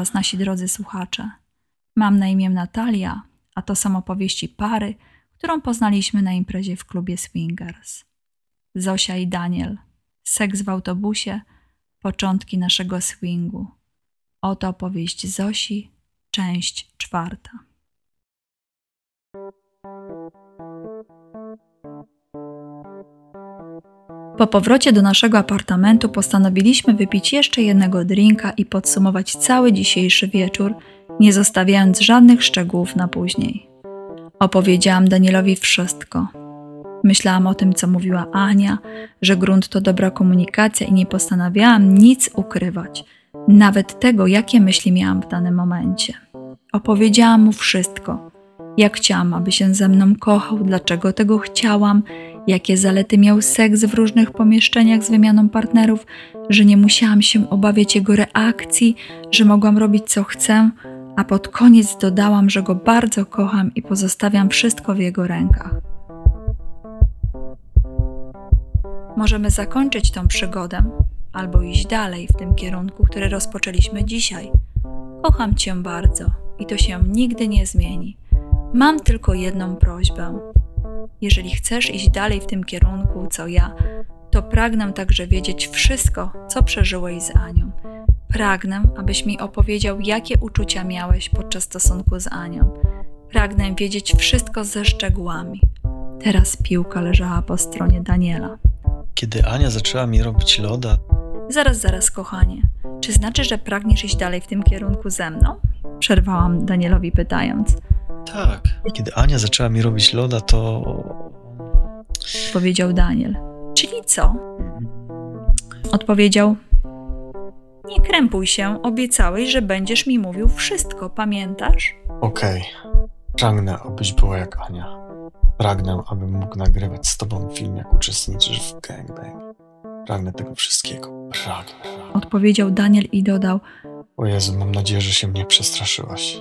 Was, nasi drodzy słuchacze. Mam na imię Natalia, a to są opowieści pary, którą poznaliśmy na imprezie w klubie Swingers. Zosia i Daniel. Seks w autobusie. Początki naszego swingu. Oto opowieść Zosi, część 4. Po powrocie do naszego apartamentu postanowiliśmy wypić jeszcze jednego drinka i podsumować cały dzisiejszy wieczór, nie zostawiając żadnych szczegółów na później. Opowiedziałam Danielowi wszystko. Myślałam o tym, co mówiła Ania, że grunt to dobra komunikacja i nie postanawiałam nic ukrywać, nawet tego, jakie myśli miałam w danym momencie. Opowiedziałam mu wszystko, jak chciałam, aby się ze mną kochał, dlaczego tego chciałam, jakie zalety miał seks w różnych pomieszczeniach z wymianą partnerów, że nie musiałam się obawiać jego reakcji, że mogłam robić co chcę, a pod koniec dodałam, że go bardzo kocham i pozostawiam wszystko w jego rękach. Możemy zakończyć tą przygodę albo iść dalej w tym kierunku, który rozpoczęliśmy dzisiaj. Kocham Cię bardzo i to się nigdy nie zmieni. Mam tylko jedną prośbę. Jeżeli chcesz iść dalej w tym kierunku, co ja, to pragnę także wiedzieć wszystko, co przeżyłeś z Anią. Pragnę, abyś mi opowiedział, jakie uczucia miałeś podczas stosunku z Anią. Pragnę wiedzieć wszystko ze szczegółami. Teraz piłka leżała po stronie Daniela. Kiedy Ania zaczęła mi robić loda... Zaraz, kochanie. Czy znaczy, że pragniesz iść dalej w tym kierunku ze mną? Przerwałam Danielowi pytając. Tak. Kiedy Ania zaczęła mi robić loda, to... Powiedział Daniel. Czyli co? Odpowiedział. Nie krępuj się, obiecałeś, że będziesz mi mówił wszystko, pamiętasz? Okej. Pragnę, abyś była jak Ania. Pragnę, abym mógł nagrywać z tobą film, jak uczestniczysz w gangbang. Pragnę tego wszystkiego. Pragnę. Odpowiedział Daniel i dodał. O Jezu, mam nadzieję, że się mnie przestraszyłaś.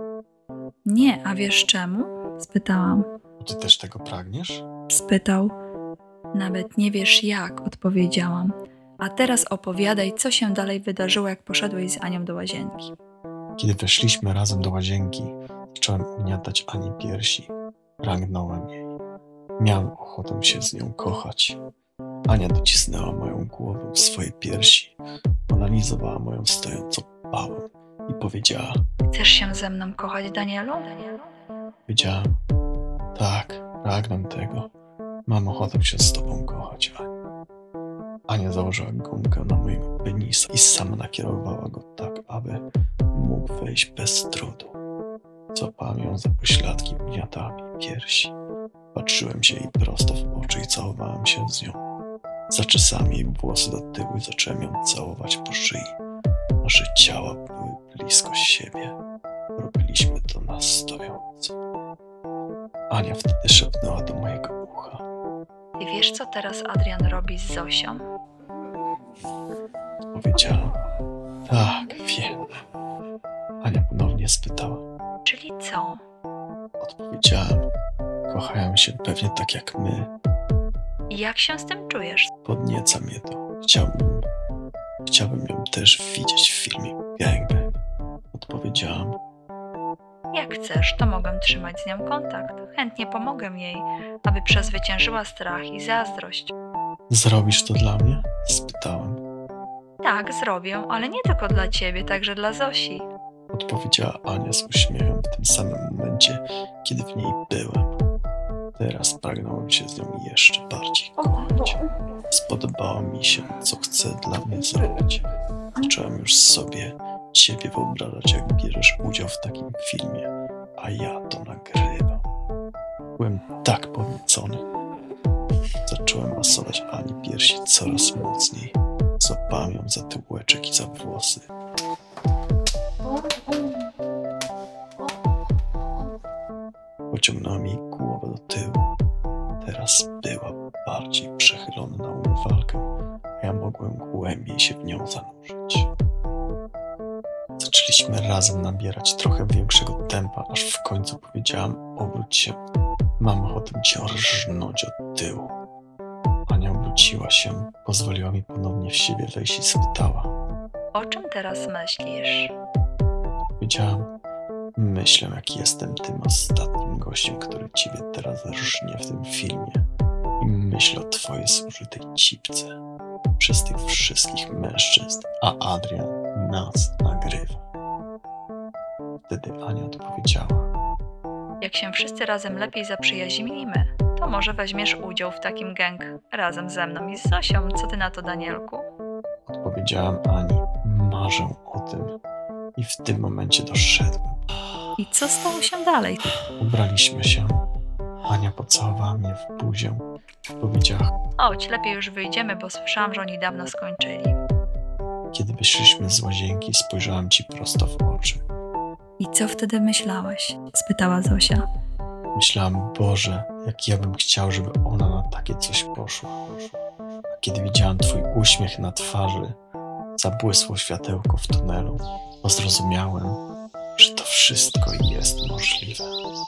Nie, a wiesz czemu? Spytałam. Ty też tego pragniesz? Spytał. Nawet nie wiesz jak, odpowiedziałam. A teraz opowiadaj, co się dalej wydarzyło, jak poszedłeś z Anią do łazienki. Kiedy weszliśmy razem do łazienki, zacząłem ugniatać Ani piersi. Pragnąłem jej. Miałem ochotę się z nią kochać. Ania docisnęła moją głowę w swoje piersi, analizowała moją stojącą pałę i powiedziała: Chcesz się ze mną kochać, Danielu? Powiedziałem: tak, pragnę tego. Mam ochotę się z tobą kochać, Ania. Ania założyła gumkę na mojego penisa i sama nakierowała go tak, aby mógł wejść bez trudu. Złapałem ją za pośladki, ugniatała mi piersi. Patrzyłem się jej prosto w oczy i całowałem się z nią. Zaczesałem jej włosy do tyłu i zacząłem ją całować po szyi. Nasze ciała były blisko siebie. Robiliśmy to na stojąco. Ania wtedy szepnęła do mojego ucha: Ty wiesz, co teraz Adrian robi z Zosią? Powiedziałem: tak, wiem. Ania ponownie spytała. Czyli co? Odpowiedziałem: kochają się pewnie tak jak my. I jak się z tym czujesz? Podnieca mnie to. Chciałbym ją też widzieć w filmie Gangbang. Odpowiedziałem: Jak chcesz, to mogę trzymać z nią kontakt. Chętnie pomogę jej, aby przezwyciężyła strach i zazdrość. zrobisz to dla mnie? Spytałem. Tak, zrobię, ale nie tylko dla ciebie, także dla Zosi. Odpowiedziała Ania z uśmiechem w tym samym momencie, kiedy w niej byłem. Teraz pragnąłem się z nią jeszcze bardziej kochać. Spodobało mi się, co chce dla mnie zrobić. Zacząłem już sobie ciebie wyobrażać, jak bierzesz udział w takim filmie, a ja to nagrywam. Byłem tak podniecony. Zacząłem masować Ani piersi coraz mocniej. Złapałem ją za tyłeczek i za włosy. Pociągnąłem jej głowę do tyłu. Teraz była bardziej przechylona na umywalkę, a ja mogłem głębiej się w nią zanurzyć. Zaczęliśmy razem nabierać trochę większego tempa, aż w końcu powiedziałam: obróć się, mam ochotę cię rżnąć od tyłu. Ania obróciła się, pozwoliła mi ponownie w siebie wejść i spytała: O czym teraz myślisz? Odpowiedziałam: myślę, jak jestem tym ostatnim gościem, który ciebie teraz rżnie w tym filmie. I myślę o twojej zużytej cipce przez tych wszystkich mężczyzn, a Adrian nas nagrywa. Wtedy Ania odpowiedziała: Jak się wszyscy razem lepiej zaprzyjaźnimy, to może weźmiesz udział w takim gang razem ze mną i z Zosią. Co ty na to, Danielku? Odpowiedziałam Ani: marzę o tym. I w tym momencie doszedłem. I co stało się dalej? Ubraliśmy się. Ania pocałowała mnie w buzię. Powiedziała: Chodź, lepiej już wyjdziemy, bo słyszałam, że oni dawno skończyli. kiedy wyszliśmy z łazienki, spojrzałam ci prosto w oczy. I co wtedy myślałeś? Spytała Zosia. Myślałam: Boże, jak ja bym chciał, żeby ona na takie coś poszła. A kiedy widziałam twój uśmiech na twarzy, zabłysło światełko w tunelu, bo zrozumiałem, że to wszystko jest możliwe.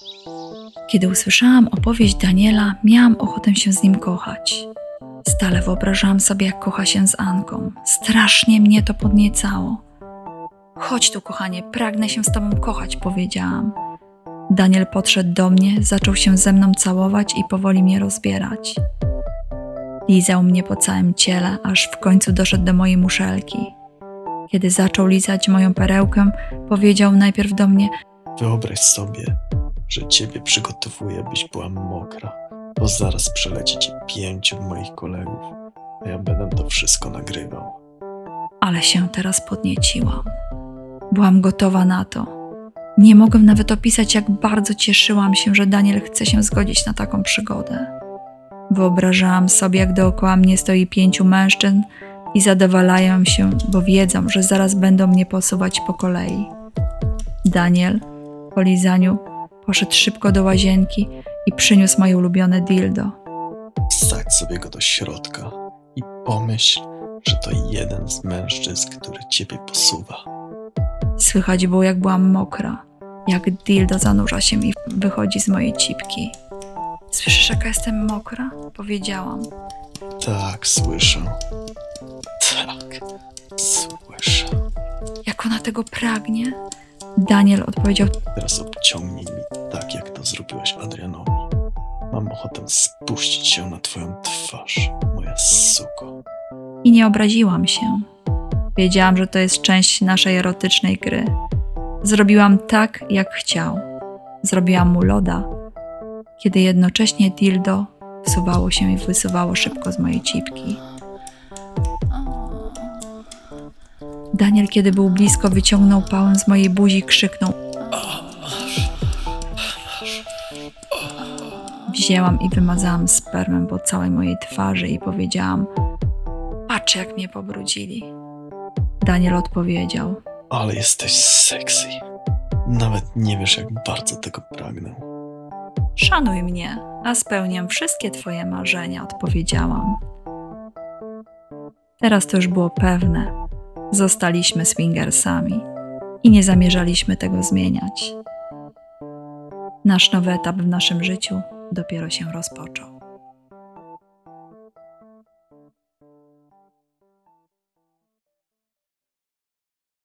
Kiedy usłyszałam opowieść Daniela, miałam ochotę się z nim kochać. Stale wyobrażałam sobie, jak kocha się z Anką. Strasznie mnie to podniecało. Chodź tu, kochanie, pragnę się z tobą kochać, powiedziałam. Daniel podszedł do mnie, zaczął się ze mną całować i powoli mnie rozbierać. Lizał mnie po całym ciele, aż w końcu doszedł do mojej muszelki. Kiedy zaczął lizać moją perełkę, powiedział najpierw do mnie: Wyobraź sobie, że ciebie przygotowuję, byś była mokra, bo zaraz przeleci ci 5 moich kolegów, a ja będę to wszystko nagrywał. ale się teraz podnieciłam. Byłam gotowa na to. Nie mogę nawet opisać, jak bardzo cieszyłam się, że Daniel chce się zgodzić na taką przygodę. Wyobrażałam sobie, jak dookoła mnie stoi 5 mężczyzn i zadowalają się, bo wiedzą, że zaraz będą mnie posuwać po kolei. Daniel, po lizaniu, poszedł szybko do łazienki i przyniósł moje ulubione dildo. Wsadź sobie go do środka i pomyśl, że to jeden z mężczyzn, który ciebie posuwa. Słychać było, jak byłam mokra, jak dildo zanurza się i wychodzi z mojej cipki. Słyszysz, jaka jestem mokra? Powiedziałam. Tak, słyszę. Tak, słyszę. Jak ona tego pragnie? Daniel odpowiedział: Teraz obciągnij mi tak, jak to zrobiłeś Adrianowi. Mam ochotę spuścić się na twoją twarz, moja suko. i nie obraziłam się. Wiedziałam, że to jest część naszej erotycznej gry. Zrobiłam tak, jak chciał. Zrobiłam mu loda, kiedy jednocześnie dildo wsuwało się i wysuwało szybko z mojej cipki. Daniel, kiedy był blisko, wyciągnął pałę z mojej buzi i krzyknął: Wzięłam i wymazałam spermę po całej mojej twarzy i powiedziałam: patrz, jak mnie pobrudzili. Daniel odpowiedział: Ale jesteś sexy. Nawet nie wiesz, jak bardzo tego pragnę. szanuj mnie, a spełniam wszystkie twoje marzenia, odpowiedziałam. Teraz to już było pewne. Zostaliśmy swingersami i nie zamierzaliśmy tego zmieniać. Nasz nowy etap w naszym życiu dopiero się rozpoczął.